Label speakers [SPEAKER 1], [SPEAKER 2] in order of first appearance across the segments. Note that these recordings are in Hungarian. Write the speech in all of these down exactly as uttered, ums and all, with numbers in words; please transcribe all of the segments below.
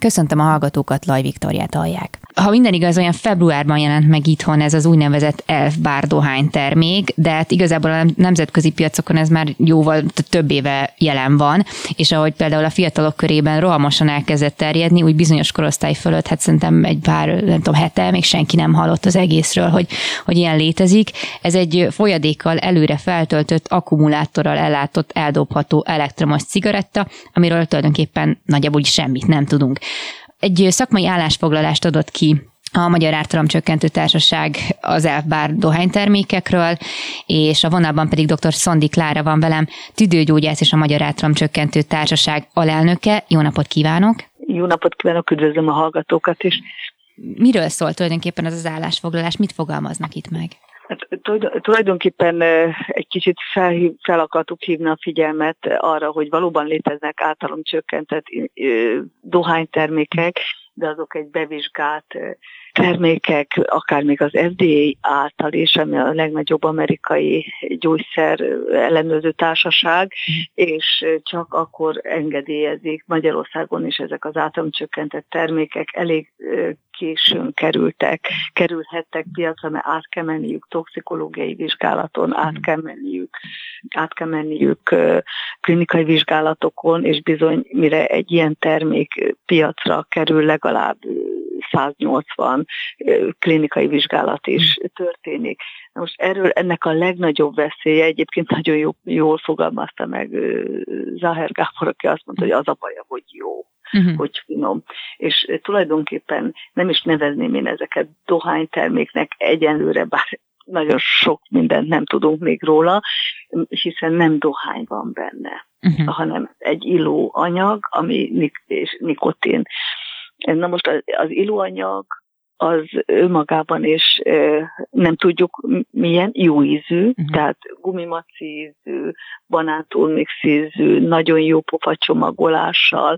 [SPEAKER 1] Köszöntöm a hallgatókat, Laj Viktóriát hallják. Ha minden igaz, olyan februárban jelent meg itthon ez az úgynevezett Elf Bar dohánytermék, de hát igazából a nemzetközi piacokon ez már jóval több éve jelen van, és ahogy például a fiatalok körében rohamosan elkezdett terjedni, úgy bizonyos korosztály fölött, hát szerintem egy pár, nem tudom, hete, még senki nem hallott az egészről, hogy, hogy ilyen létezik. Ez egy folyadékkal előre feltöltött, akkumulátorral ellátott, eldobható elektromos cigaretta, amiről tulajdonképpen nagyjából semmit nem tudunk. Egy szakmai állásfoglalást adott ki a Magyar Ártalomcsökkentő Társaság az Elf Bar dohánytermékekről, és a vonalban pedig dr. Szondi Klára van velem, tüdőgyógyász és a Magyar Ártalomcsökkentő Társaság alelnöke. Jó napot kívánok!
[SPEAKER 2] Jó napot kívánok, üdvözlöm a hallgatókat is!
[SPEAKER 1] Miről szól tulajdonképpen az az állásfoglalás? Mit fogalmaznak itt meg?
[SPEAKER 2] Hát, tulajdonképpen egy kicsit fel, fel akartuk hívni a figyelmet arra, hogy valóban léteznek ártalomcsökkentett dohánytermékek, de azok egy bevizsgált termékek, akár még az ef dé á által is, ami a legnagyobb amerikai gyógyszer ellenőrző társaság, és csak akkor engedélyezik Magyarországon is ezek az ártalomcsökkentett termékek elég későn kerültek, kerülhettek piacra, mert át kell menniük toxikológiai vizsgálaton, át kell menniük, át kell menniük klinikai vizsgálatokon, és bizony, mire egy ilyen termék piacra kerül, legalább száznyolcvan klinikai vizsgálat is történik. Na most erről ennek a legnagyobb veszélye, egyébként nagyon jó, jól fogalmazta meg Záher Gábor, aki azt mondta, hogy az a baja, hogy jó. Uh-huh. Hogy finom. És tulajdonképpen nem is nevezném én ezeket dohányterméknek egyenlőre, bár nagyon sok mindent nem tudunk még róla, hiszen nem dohány van benne, uh-huh. hanem egy illóanyag, ami nik- és nikotin. Na most az, az illóanyag az önmagában is nem tudjuk milyen, jó ízű, uh-huh. tehát gumimaci ízű, banántúlmix ízű, nagyon jó pofa csomagolással,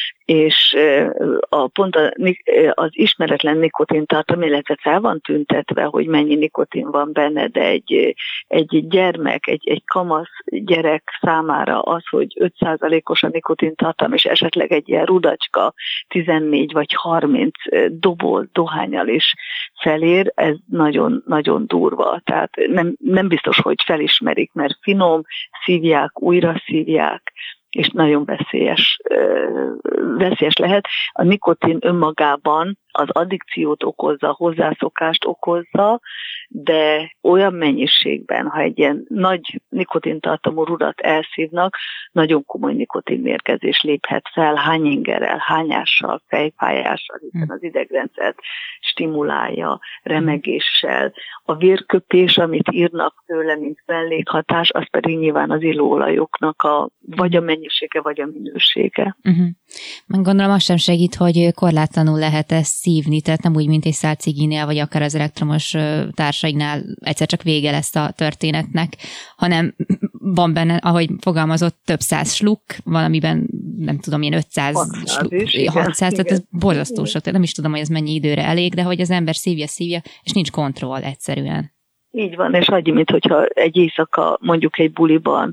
[SPEAKER 2] és a, pont a, az ismeretlen nikotintartalom, illetve fel van tüntetve, hogy mennyi nikotin van benne, de egy, egy gyermek, egy, egy kamasz gyerek számára az, hogy öt százalékos a nikotintartalom, és esetleg egy ilyen rudacska tizennégy vagy harminc doboz dohánnyal is felér, ez nagyon, nagyon durva. Tehát nem, nem biztos, hogy felismerik, mert finom, szívják, újra szívják, és nagyon veszélyes, veszélyes lehet. A nikotin önmagában az addikciót okozza, hozzászokást okozza, de olyan mennyiségben, ha egy ilyen nagy nikotintartalmú rudat elszívnak, nagyon komoly nikotinmérgezés léphet fel, hányingerrel, hányással, fejfájással, hiszen az idegrendszert stimulálja, remegéssel. A vérköpés, amit írnak tőle, mint mellékhatás, az pedig nyilván az illóolajoknak a, vagy a mennyisége, vagy a minősége.
[SPEAKER 1] Uh-huh. Meg gondolom azt sem segít, hogy korlátlanul lehet ezt szívni, tehát nem úgy, mint egy szál ciginél, vagy akár az elektromos társaignál egyszer csak vége lesz a történetnek, hanem van benne, ahogy fogalmazott, több száz sluk, valamiben nem tudom, ilyen ötszáz sluk, is, hatszáz, igen, tehát ez borzasztó sok, nem is tudom, hogy ez mennyi időre elég, de hogy az ember szívja, szívja, és nincs kontroll egyszerűen.
[SPEAKER 2] Így van, és annyi, mint hogyha egy éjszaka, mondjuk egy buliban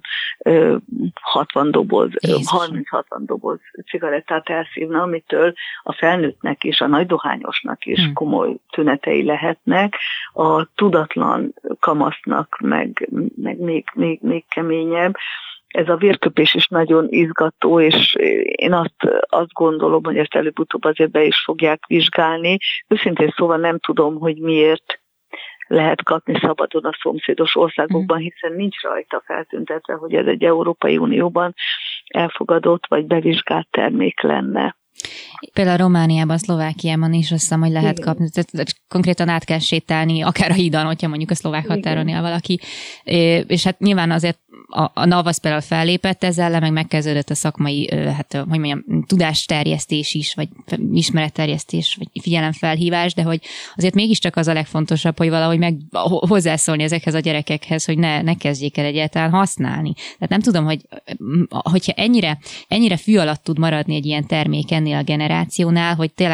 [SPEAKER 2] hatvan doboz, harminc-hatvan doboz cigarettát elszívna, amitől a felnőttnek és a nagy dohányosnak is hmm. komoly tünetei lehetnek, a tudatlan kamasznak meg, meg még, még, még keményebb. Ez a vérköpés is nagyon izgató, és én azt, azt gondolom, hogy ezt előbb-utóbb azért be is fogják vizsgálni. Őszintén szóval nem tudom, hogy miért lehet kapni szabadon a szomszédos országokban, hiszen nincs rajta feltüntetve, hogy ez egy Európai Unióban elfogadott vagy bevizsgált termék lenne.
[SPEAKER 1] Például Romániában, Szlovákiában is azt hiszem, hogy lehet igen. kapni, tehát konkrétan át kell sétálni, akár a hídon, hogyha mondjuk a szlovák határon él valaki, és hát nyilván azért a, a NAVASZ például fellépett ezzel, meg megkezdődött a szakmai, hát hogy mondjam, tudásterjesztés is, vagy ismeretterjesztés, vagy figyelemfelhívás, de hogy azért mégiscsak az a legfontosabb, hogy valahogy meg hozzászólni ezekhez a gyerekekhez, hogy ne, ne kezdjék el egyáltalán használni. Tehát nem tudom, hogy hogyha ennyire, ennyire fű alatt tud maradni egy ilyen termék ennél a generációnál, hogy tényleg a,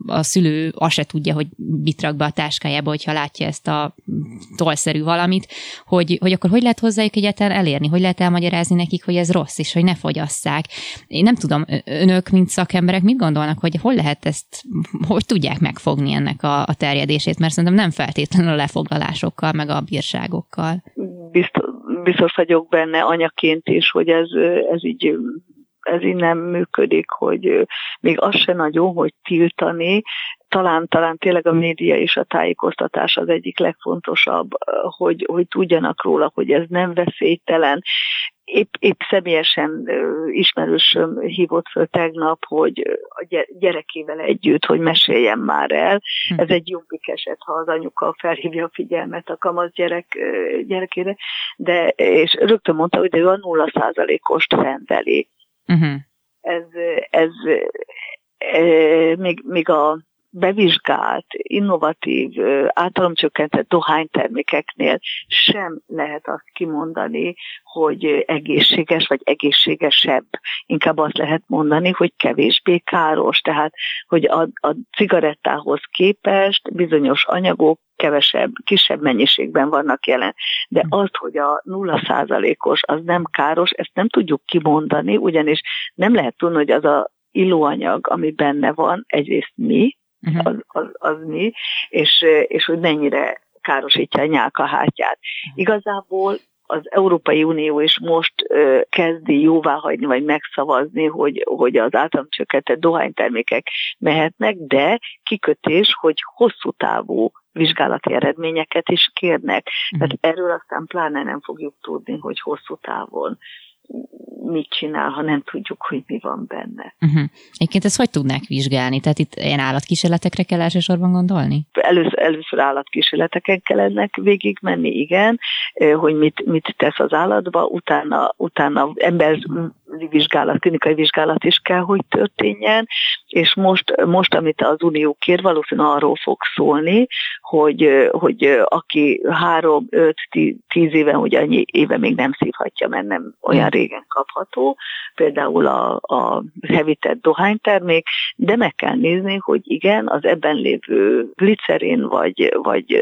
[SPEAKER 1] a szülő azt se tudja, hogy mit rak be a táskájába, hogyha látja ezt a tollszerű valamit, hogy, hogy akkor hogy lehet hozzájuk egyáltalán elérni, hogy lehet elmagyarázni nekik, hogy ez rossz, és hogy ne fogyasszák. Én nem tudom, önök, mint szakemberek mit gondolnak, hogy hol lehet ezt, hogy tudják megfogni ennek a, a terjedését, mert szerintem nem feltétlenül a lefoglalásokkal, meg a bírságokkal.
[SPEAKER 2] Biztos, biztos vagyok benne anyaként is, hogy ez, ez így ez így nem működik, hogy még az se nagyon, hogy tiltani, talán, talán tényleg a média és a tájékoztatás az egyik legfontosabb, hogy, hogy tudjanak róla, hogy ez nem veszélytelen. Épp, épp személyesen ismerősöm hívott föl tegnap, hogy a gyerekével együtt, hogy meséljen már el. Ez egy jobbik eset, ha az anyuka felhívja a figyelmet a kamasz gyerek, gyerekére, de és rögtön mondta, hogy ő a nulla százalékost fennveli. Uh-huh. Ez, ez e, még, még a bevizsgált, innovatív, általomcsökkentett dohánytermékeknél sem lehet azt kimondani, hogy egészséges vagy egészségesebb. Inkább azt lehet mondani, hogy kevésbé káros. Tehát, hogy a, a cigarettához képest bizonyos anyagok kevesebb, kisebb mennyiségben vannak jelen. De azt, hogy a nulla százalékos az nem káros, ezt nem tudjuk kimondani, ugyanis nem lehet tudni, hogy az a illóanyag, ami benne van, egyrészt mi, az, az, az mi, és, és hogy mennyire károsítja a nyálkahártyát. Igazából az Európai Unió is most uh, kezdi jóváhagyni, vagy megszavazni, hogy, hogy az általomcsökkentett dohánytermékek mehetnek, de kikötés, hogy hosszú távú vizsgálati eredményeket is kérnek. Uh-huh. Tehát erről aztán pláne nem fogjuk tudni, hogy hosszú távon mit csinál, ha nem tudjuk, hogy mi van benne.
[SPEAKER 1] Uh-huh. Egyébként ezt hogy tudnák vizsgálni? Tehát itt ilyen állatkísérletekre kell elsősorban gondolni?
[SPEAKER 2] Először, először állatkísérleteken kellene végig menni, igen, hogy mit, mit tesz az állatba, utána, utána emberi vizsgálat, klinikai vizsgálat is kell, hogy történjen, és most, most amit az Unió kér, valószínűleg arról fog szólni, hogy, hogy aki három, öt, tíz éve, hogy annyi éve még nem szívhatja, mert nem olyan régen kapható, például a, a hevített dohánytermék, de meg kell nézni, hogy igen, az ebben lévő glicerin vagy, vagy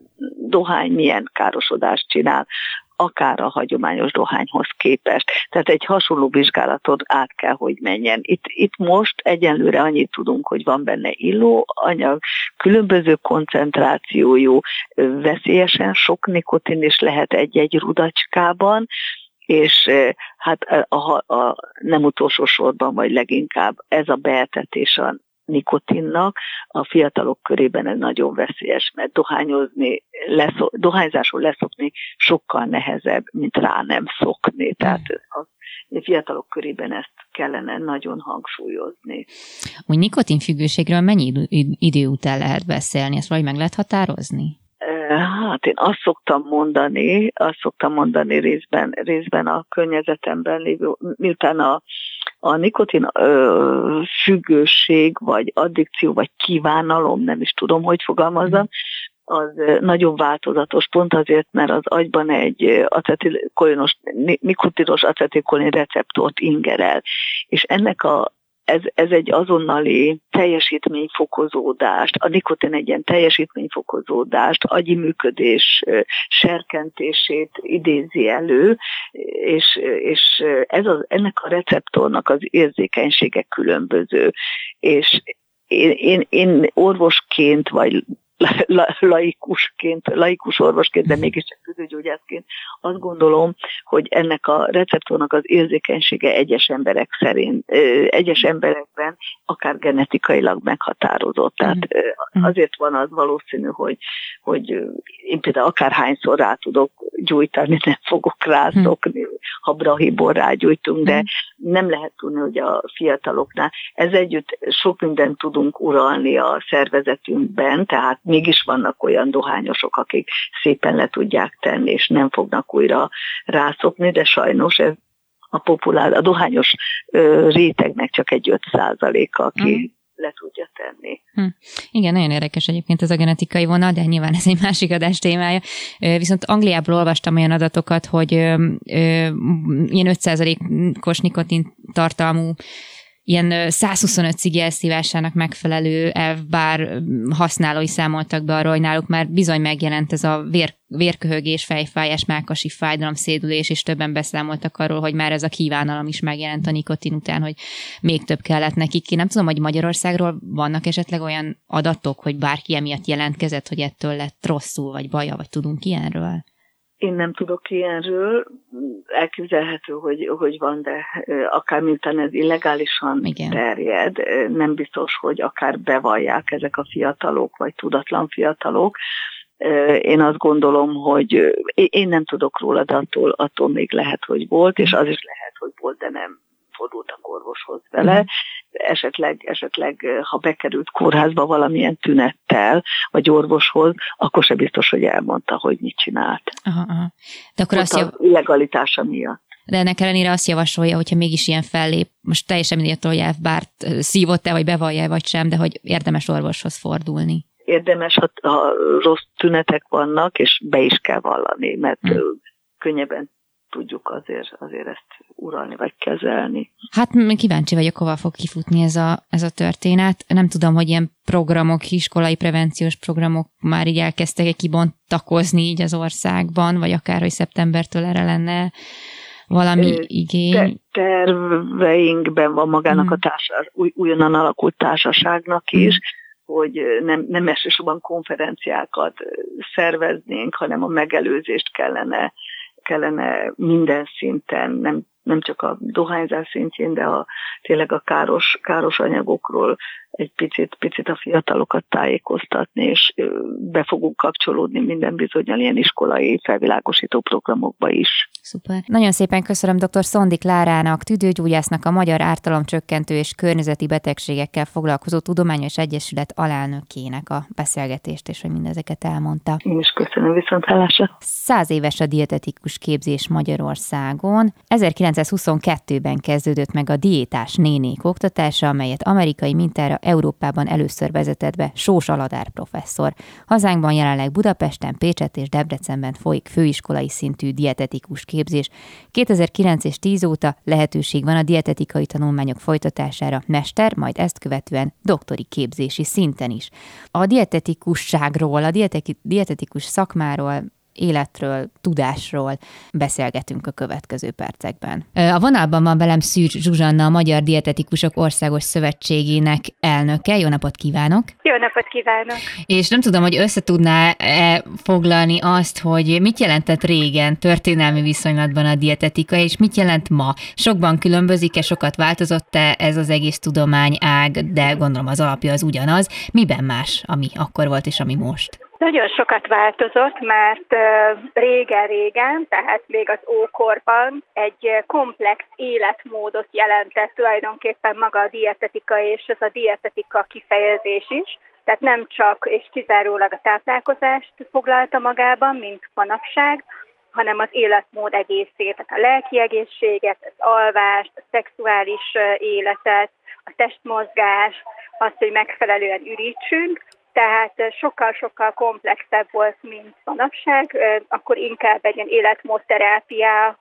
[SPEAKER 2] dohány milyen károsodást csinál, akár a hagyományos dohányhoz képest. Tehát egy hasonló vizsgálatot át kell, hogy menjen. Itt, itt most egyenlőre annyit tudunk, hogy van benne illóanyag, különböző koncentrációjú, veszélyesen sok nikotin is lehet egy-egy rudacskában, és hát a, a nem utolsó sorban, vagy leginkább ez a beetetés a nikotinnak a fiatalok körében ez nagyon veszélyes, mert dohányozni, leszok, dohányzásról leszokni sokkal nehezebb, mint rá nem szokni. Tehát a fiatalok körében ezt kellene nagyon hangsúlyozni.
[SPEAKER 1] Úgy nikotinfüggőségről mennyi idő után lehet beszélni? Ezt valahogy meg lehet határozni?
[SPEAKER 2] Hát én azt szoktam mondani, azt szoktam mondani részben, részben a környezetemben lévő, miután a, a nikotin ö, függőség, vagy addikció, vagy kívánalom, nem is tudom, hogy fogalmazzam, az nagyon változatos, pont azért, mert az agyban egy acetilkolinos, nikotinos acetilkolin receptort ingerel, és ennek a Ez, ez egy azonnali teljesítményfokozódást, a nikotin egy ilyen teljesítményfokozódást, agyi működés serkentését idézi elő, és, és ez az, ennek a receptornak az érzékenysége különböző. És én, én, én orvosként, vagy La, laikusként, laikus orvosként, de mégiscsak tüdőgyógyászként azt gondolom, hogy ennek a receptornak az érzékenysége egyes emberek szerint, egyes emberekben akár genetikailag meghatározott. Tehát azért van az valószínű, hogy, hogy én például akárhányszor rá tudok gyújtani, nem fogok rászokni, ha brahiból rágyújtunk, de nem lehet tudni, hogy a fiataloknál. Ez együtt sok mindent tudunk uralni a szervezetünkben, tehát mégis vannak olyan dohányosok, akik szépen le tudják tenni, és nem fognak újra rászokni, de sajnos ez a populál, a dohányos ö, rétegnek csak egy öt százaléka, aki mm. le tudja tenni.
[SPEAKER 1] Hm. Igen, nagyon érdekes egyébként ez a genetikai vonal, de nyilván ez egy másik adás témája. Viszont Angliából olvastam olyan adatokat, hogy ö, ö, ilyen öt százalékos nikotin tartalmú ilyen százhuszonöt cigi elszívásának megfelelő elfbár használói számoltak be arról, hogy náluk már bizony megjelent ez a vér, vérköhögés, fejfájás, mellkasi fájdalom, szédülés, és többen beszámoltak arról, hogy már ez a kívánalom is megjelent a nikotin után, hogy még több kellett nekik. Én nem tudom, hogy Magyarországról vannak esetleg olyan adatok, hogy bárki emiatt jelentkezett, hogy ettől lett rosszul, vagy baja, vagy tudunk ilyenről?
[SPEAKER 2] Én nem tudok ilyenről, elképzelhető, hogy, hogy van, de akár miután ez illegálisan Igen. terjed, nem biztos, hogy akár bevallják ezek a fiatalok, vagy tudatlan fiatalok. Én azt gondolom, hogy én nem tudok róla, de attól, attól még lehet, hogy volt, és az is lehet, hogy volt, de nem fordultak orvoshoz vele. Mm. Esetleg, esetleg, ha bekerült kórházba valamilyen tünettel, vagy orvoshoz, akkor se biztos, hogy elmondta, hogy mit csinált.
[SPEAKER 1] Aha, aha. De akkor azt
[SPEAKER 2] jav... illegalitása miatt.
[SPEAKER 1] De ennek ellenére azt javasolja, hogyha mégis ilyen fellép, most teljesen mindegy, hogy elfbárt szívott-e, vagy bevallja, vagy sem, de hogy érdemes orvoshoz fordulni.
[SPEAKER 2] Érdemes, ha, ha rossz tünetek vannak, és be is kell vallani, mert hmm. könnyebben tudjuk azért, azért ezt uralni, vagy kezelni.
[SPEAKER 1] Hát kíváncsi vagyok, hova fog kifutni ez a, ez a történet. Nem tudom, hogy ilyen programok, iskolai prevenciós programok már így elkezdtek kibontakozni így az országban, vagy akár, hogy szeptembertől erre lenne valami igény.
[SPEAKER 2] Terveinkben van magának hmm. a társas, új, újonnan alakult társaságnak is, hmm. hogy nem, nem elsősorban konferenciákat szerveznénk, hanem a megelőzést kellene, kellene minden szinten, nem, nem csak a dohányzás szintjén, de a, tényleg a káros, káros anyagokról egy picit, picit a fiatalokat tájékoztatni, és be fogunk kapcsolódni minden bizonnyal ilyen iskolai felvilágosító programokba is.
[SPEAKER 1] Szuper. Nagyon szépen köszönöm dr. Szondi Klárának, tüdőgyógyásznak, a Magyar Ártalomcsökkentő és Környezeti Betegségekkel Foglalkozó Tudományos Egyesület alelnökének a beszélgetést, és hogy mindezeket elmondta.
[SPEAKER 2] Én is köszönöm, viszonthallásra.
[SPEAKER 1] Száz éves a dietetikus képzés Magyarországon. ezerkilencszázhuszonkettőben kezdődött meg a diétás nénék oktatása, amelyet amerikai mintára Európában először vezetett be Sós Aladár professzor. Hazánkban jelenleg Budapesten, Pécsett és Debrecenben folyik főiskolai szintű dietetikus képzés. kétezer-kilenc és tíz óta lehetőség van a dietetikai tanulmányok folytatására mester, majd ezt követően doktori képzési szinten is. A dietetikusságról, a dietetikus szakmáról, életről, tudásról beszélgetünk a következő percekben. A vonalban van velem Szűcs Zsuzsanna, a Magyar Dietetikusok Országos Szövetségének elnöke. Jó napot kívánok!
[SPEAKER 3] Jó napot kívánok! És
[SPEAKER 1] nem tudom, hogy össze tudná-e foglalni azt, hogy mit jelentett régen történelmi viszonylatban a dietetika, és mit jelent ma? Sokban különbözik-e, sokat változott-e ez az egész tudományág, de gondolom az alapja az ugyanaz. Miben más, ami akkor volt és ami most?
[SPEAKER 3] Nagyon sokat változott, mert régen-régen, tehát még az ókorban egy komplex életmódot jelentett tulajdonképpen maga a dietetika, és ez a dietetika kifejezés is. Tehát nem csak és kizárólag a táplálkozást foglalta magában, mint manapság, hanem az életmód egészét, tehát a lelki egészséget, az alvást, a szexuális életet, a testmozgást, azt, hogy megfelelően ürítsünk. Tehát sokkal-sokkal komplexebb volt, mint manapság, akkor inkább egy ilyen életmódterápia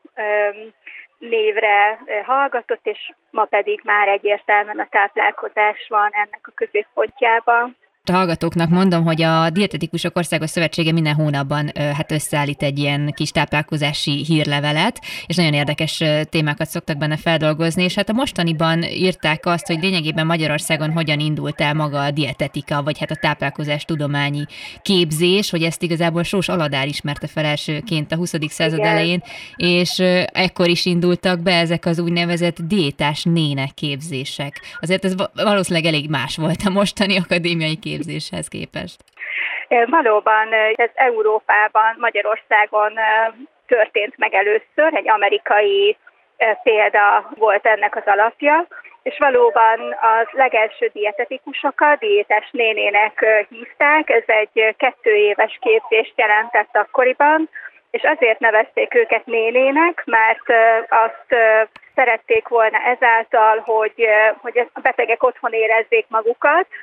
[SPEAKER 3] névre hallgatott, és ma pedig már egyértelműen a táplálkozás van ennek a középpontjában.
[SPEAKER 1] A hallgatóknak mondom, hogy a Dietetikusok Országos Szövetsége minden hónapban hát összeállít egy ilyen kis táplálkozási hírlevelet, és nagyon érdekes témákat szoktak benne feldolgozni, és hát a mostaniban írták azt, hogy lényegében Magyarországon hogyan indult el maga a dietetika, vagy hát a táplálkozás tudományi képzés, hogy ezt igazából Sós Aladár ismerte fel elsőként a huszadik század Igen. elején, és ekkor is indultak be ezek az úgynevezett diétás nének képzések. Azért ez valószínűleg elég más volt a mostani akadémiai képzés. képzéshez képest.
[SPEAKER 3] Valóban ez Európában, Magyarországon történt meg először, egy amerikai példa volt ennek az alapja, és valóban az legelső dietetikusokat diétás nénének hívták, ez egy kettő éves képzést jelentett akkoriban, és azért nevezték őket nénének, mert azt szerették volna ezáltal, hogy, hogy a betegek otthon érezzék magukat,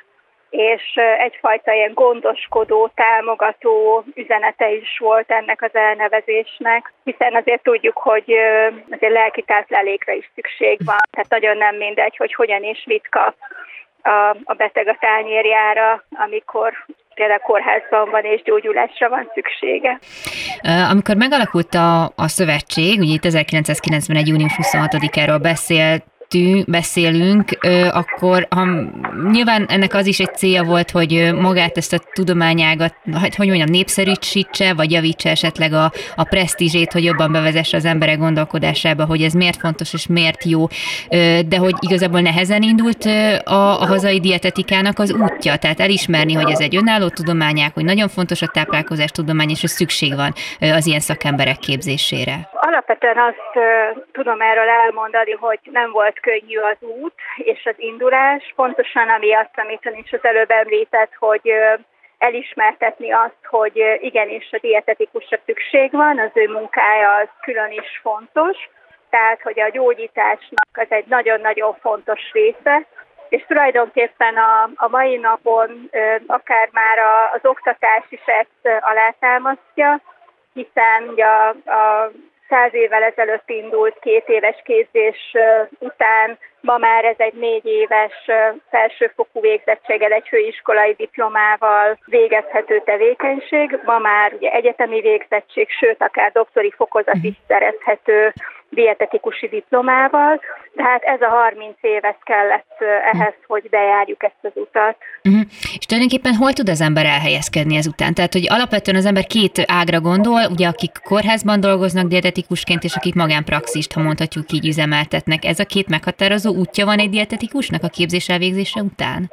[SPEAKER 3] és egyfajta ilyen gondoskodó, támogató üzenete is volt ennek az elnevezésnek, hiszen azért tudjuk, hogy azért lelki táplálékra is szükség van, tehát nagyon nem mindegy, hogy hogyan és mit kap a, a beteg a tányérjára, amikor például kórházban van és gyógyulásra van szüksége.
[SPEAKER 1] Amikor megalakult a, a szövetség, ugye itt ezerkilencszázkilencvenegy. június huszonhatodikáról beszélt, beszélünk, akkor ha, nyilván ennek az is egy célja volt, hogy magát ezt a tudományágat, hogy mondjam, népszerűsítse, vagy javítsa esetleg a, a presztízsét, hogy jobban bevezesse az emberek gondolkodásába, hogy ez miért fontos és miért jó, de hogy igazából nehezen indult a, a hazai dietetikának az útja, tehát elismerni, hogy ez egy önálló tudományág, hogy nagyon fontos a táplálkozás tudomány, és hogy szükség van az ilyen szakemberek képzésére.
[SPEAKER 3] Alapvetően azt uh, tudom erről elmondani, hogy nem volt könnyű az út és az indulás, pontosan amiatt, amit ön is az előbb említett, hogy uh, elismertetni azt, hogy uh, igenis a dietetikusra szükség van, az ő munkája az külön is fontos, tehát hogy a gyógyításnak az egy nagyon-nagyon fontos része, és tulajdonképpen a, a mai napon uh, akár már a, az oktatás is ezt uh, alátámasztja, hiszen ugye a, a száz évvel ezelőtt indult két éves képzés után, ma már ez egy négy éves felsőfokú végzettséggel, egy főiskolai diplomával végezhető tevékenység. Ma már ugye egyetemi végzettség, sőt akár doktori fokozat is szerezhető dietetikusi diplomával, tehát ez a harminc év kellett ehhez, hogy bejárjuk ezt az utat.
[SPEAKER 1] Uh-huh. És tulajdonképpen hol tud az ember elhelyezkedni ezután? Tehát, hogy alapvetően az ember két ágra gondol, ugye akik kórházban dolgoznak dietetikusként, és akik magánpraxist, ha mondhatjuk így, üzemeltetnek. Ez a két meghatározó útja van egy dietetikusnak a képzés elvégzése után?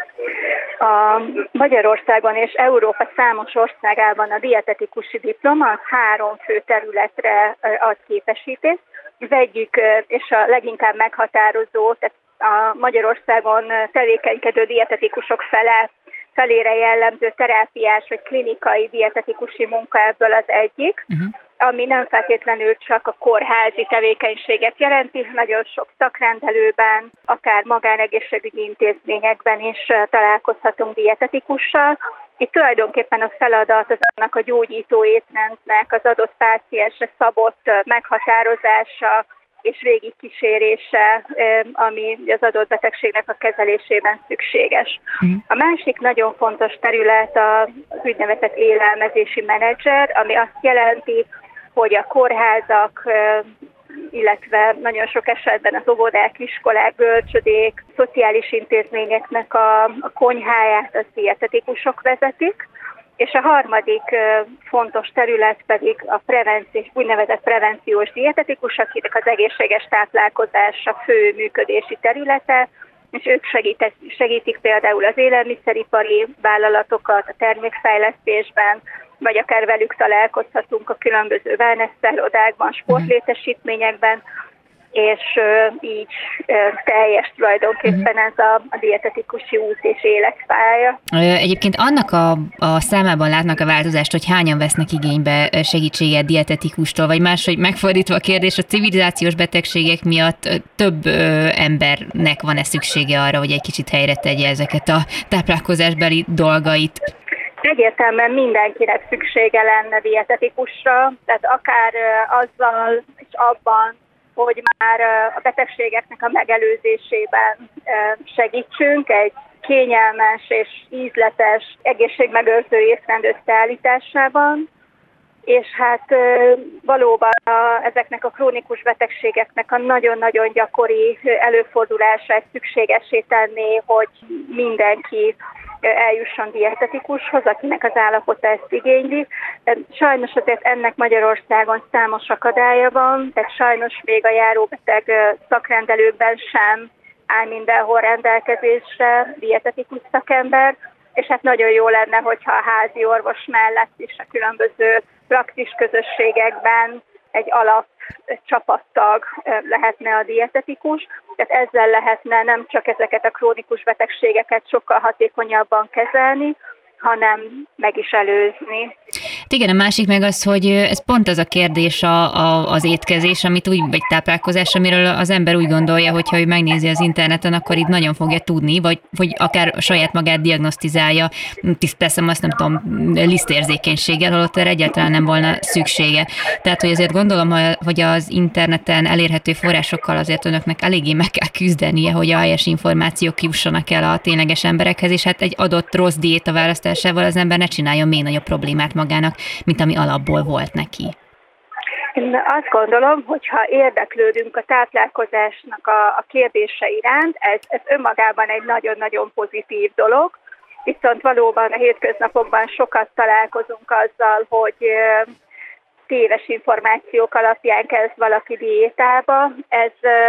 [SPEAKER 3] A Magyarországon és Európa számos országában a dietetikusi diploma az három fő területre ad képesítést. Az egyik, és a leginkább meghatározó, tehát a Magyarországon tevékenykedő dietetikusok fele, felére jellemző terápiás vagy klinikai dietetikusi munka ebből az egyik, uh-huh. ami nem feltétlenül csak a kórházi tevékenységet jelenti, nagyon sok szakrendelőben, akár magánegészségügyi intézményekben is találkozhatunk dietetikussal. Itt tulajdonképpen a feladat az annak a gyógyító étrendnek az adott páciensre szabott meghatározása és végigkísérése, ami az adott betegségnek a kezelésében szükséges. A másik nagyon fontos terület az úgynevezett élelmezési menedzser, ami azt jelenti, hogy a kórházak, illetve nagyon sok esetben az óvodák, iskolák, bölcsödék, szociális intézményeknek a, a konyháját az dietetikusok vezetik, és a harmadik fontos terület pedig a prevenciós, úgynevezett prevenciós dietetikus, akinek az egészséges táplálkozás a fő működési területe, és ők segítek, segítik például az élelmiszeripari vállalatokat a termékfejlesztésben, vagy akár velük találkozhatunk a különböző wellness szállodákban, sportlétesítményekben, és uh, így uh, teljes tulajdonképpen ez a, a dietetikusi út és életpálya.
[SPEAKER 1] Egyébként annak a, a számában látnak a változást, hogy hányan vesznek igénybe segítséget dietetikustól, vagy máshogy megfordítva a kérdés, a civilizációs betegségek miatt több ö, embernek van-e szüksége arra, hogy egy kicsit helyre tegye ezeket a táplálkozásbeli dolgait?
[SPEAKER 3] Egyértelműen mindenkinek szüksége lenne dietetikusra, tehát akár uh, azzal és abban, hogy már a betegségeknek a megelőzésében segítsünk egy kényelmes és ízletes egészségmegőrző étrend összeállításában, és hát valóban a, ezeknek a krónikus betegségeknek a nagyon-nagyon gyakori előfordulását szükségessé tenni, hogy mindenki eljusson dietetikushoz, akinek az állapota ezt igényli. Sajnos azért ennek Magyarországon számos akadálya van, tehát sajnos még a járóbeteg szakrendelőkben sem áll mindenhol rendelkezésre dietetikus szakember, és hát nagyon jó lenne, hogyha a házi orvos mellett is a különböző praxis közösségekben egy alap csapattag lehetne a dietetikus, tehát ezzel lehetne nem csak ezeket a krónikus betegségeket sokkal hatékonyabban kezelni, hanem meg is előzni.
[SPEAKER 1] Igen, a másik meg az, hogy ez pont az a kérdés a, a, az étkezés, amit úgy, vagy táplálkozás, amiről az ember úgy gondolja, hogy ha ő megnézi az interneten, akkor itt nagyon fogja tudni, vagy hogy akár saját magát diagnosztizálja, teszem azt, nem tudom, lisztérzékenységgel, holott erre egyáltalán nem volna szüksége. Tehát, hogy azért gondolom, hogy az interneten elérhető forrásokkal azért önöknek eléggé meg kell küzdenie, hogy a helyes információk jussanak el a tényleges emberekhez, és hát egy adott rossz diéta választásával az ember ne csináljon még nagyobb problémát magának, mint ami alapból volt neki.
[SPEAKER 3] Én azt gondolom, hogy ha érdeklődünk a táplálkozásnak a, a kérdése iránt, ez, ez önmagában egy nagyon-nagyon pozitív dolog, viszont valóban a hétköznapokban sokat találkozunk azzal, hogy téves információk alapján kezd valaki diétába. Ez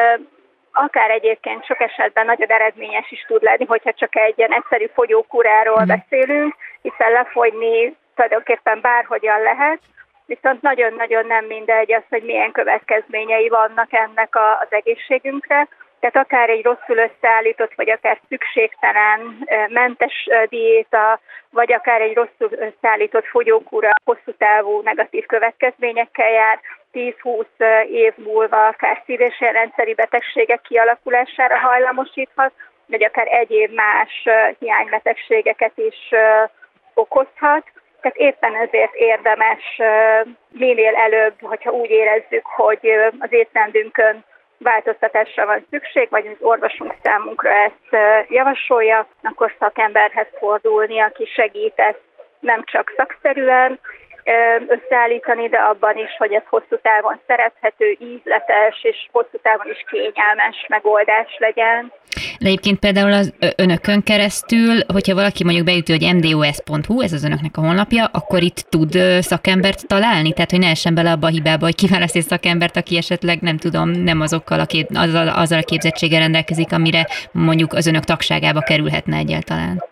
[SPEAKER 3] akár egyébként sok esetben nagyon eredményes is tud lenni, hogyha csak egy ilyen egyszerű fogyókúráról beszélünk, hiszen lefogyni tulajdonképpen bárhogyan lehet, viszont nagyon-nagyon nem mindegy az, hogy milyen következményei vannak ennek a, az egészségünkre. Tehát akár egy rosszul összeállított, vagy akár szükségtelen, mentes diéta, vagy akár egy rosszul összeállított fogyókúra hosszú távú negatív következményekkel jár, tíz-húsz év múlva akár szív- és érrendszeri betegségek kialakulására hajlamosíthat, vagy akár egyéb más hiánybetegségeket is okozhat. Tehát éppen ezért érdemes minél előbb, hogyha úgy érezzük, hogy az étrendünkön változtatásra van szükség, vagy az orvosunk számunkra ezt javasolja, akkor szakemberhez fordulni, aki segít ezt nem csak szakszerűen összeállítani, de abban is, hogy ez hosszú távon szerethető, ízletes és hosszú távon is kényelmes megoldás legyen.
[SPEAKER 1] De egyébként például az önökön keresztül, hogyha valaki mondjuk beüti, hogy em dé o es pont hú, ez az önöknek a honlapja, akkor itt tud szakembert találni? Tehát, hogy ne essen bele abba a hibába, hogy kiválaszt egy szakembert, aki esetleg, nem tudom, nem azokkal a kép, azzal, azzal a képzettséggel rendelkezik, amire mondjuk az önök tagságába kerülhetne egyáltalán.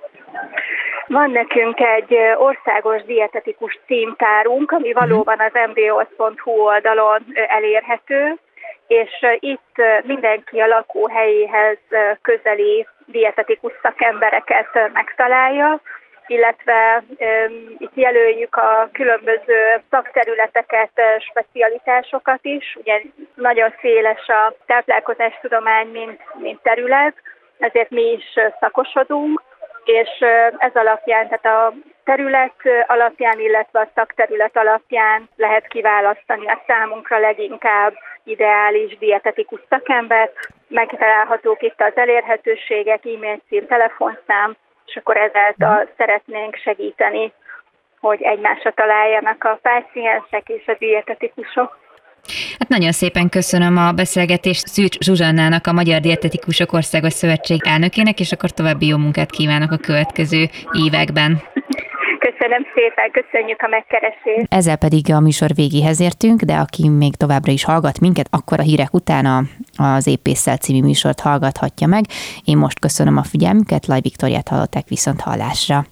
[SPEAKER 3] Van nekünk egy országos dietetikus címtárunk, ami valóban az em dé o es pont hú oldalon elérhető, és itt mindenki a lakóhelyéhez közeli dietetikus szakembereket megtalálja, illetve um, itt jelöljük a különböző szakterületeket, specialitásokat is. Ugye nagyon széles a táplálkozástudomány, mint, mint terület, ezért mi is szakosodunk, és ez alapján, tehát a terület alapján, illetve a szakterület alapján lehet kiválasztani a számunkra leginkább ideális dietetikus szakembert. Megtalálhatók itt az elérhetőségek, e-mail cím, telefonszám, és akkor ezáltal szeretnénk segíteni, hogy egymásra találjanak a páciensek és a dietetikusok.
[SPEAKER 1] Hát nagyon szépen köszönöm a beszélgetést Szűcs Zsuzsannának, a Magyar Dietetikusok Országos Szövetség elnökének, és akkor további jó munkát kívánok a következő években.
[SPEAKER 3] Köszönöm szépen, köszönjük a megkeresést.
[SPEAKER 1] Ezzel pedig a műsor végéhez értünk, de aki még továbbra is hallgat minket, akkor a hírek után az Épésszel című műsort hallgathatja meg. Én most köszönöm a figyelmüket, Laj Viktóriát hallották, viszont hallásra.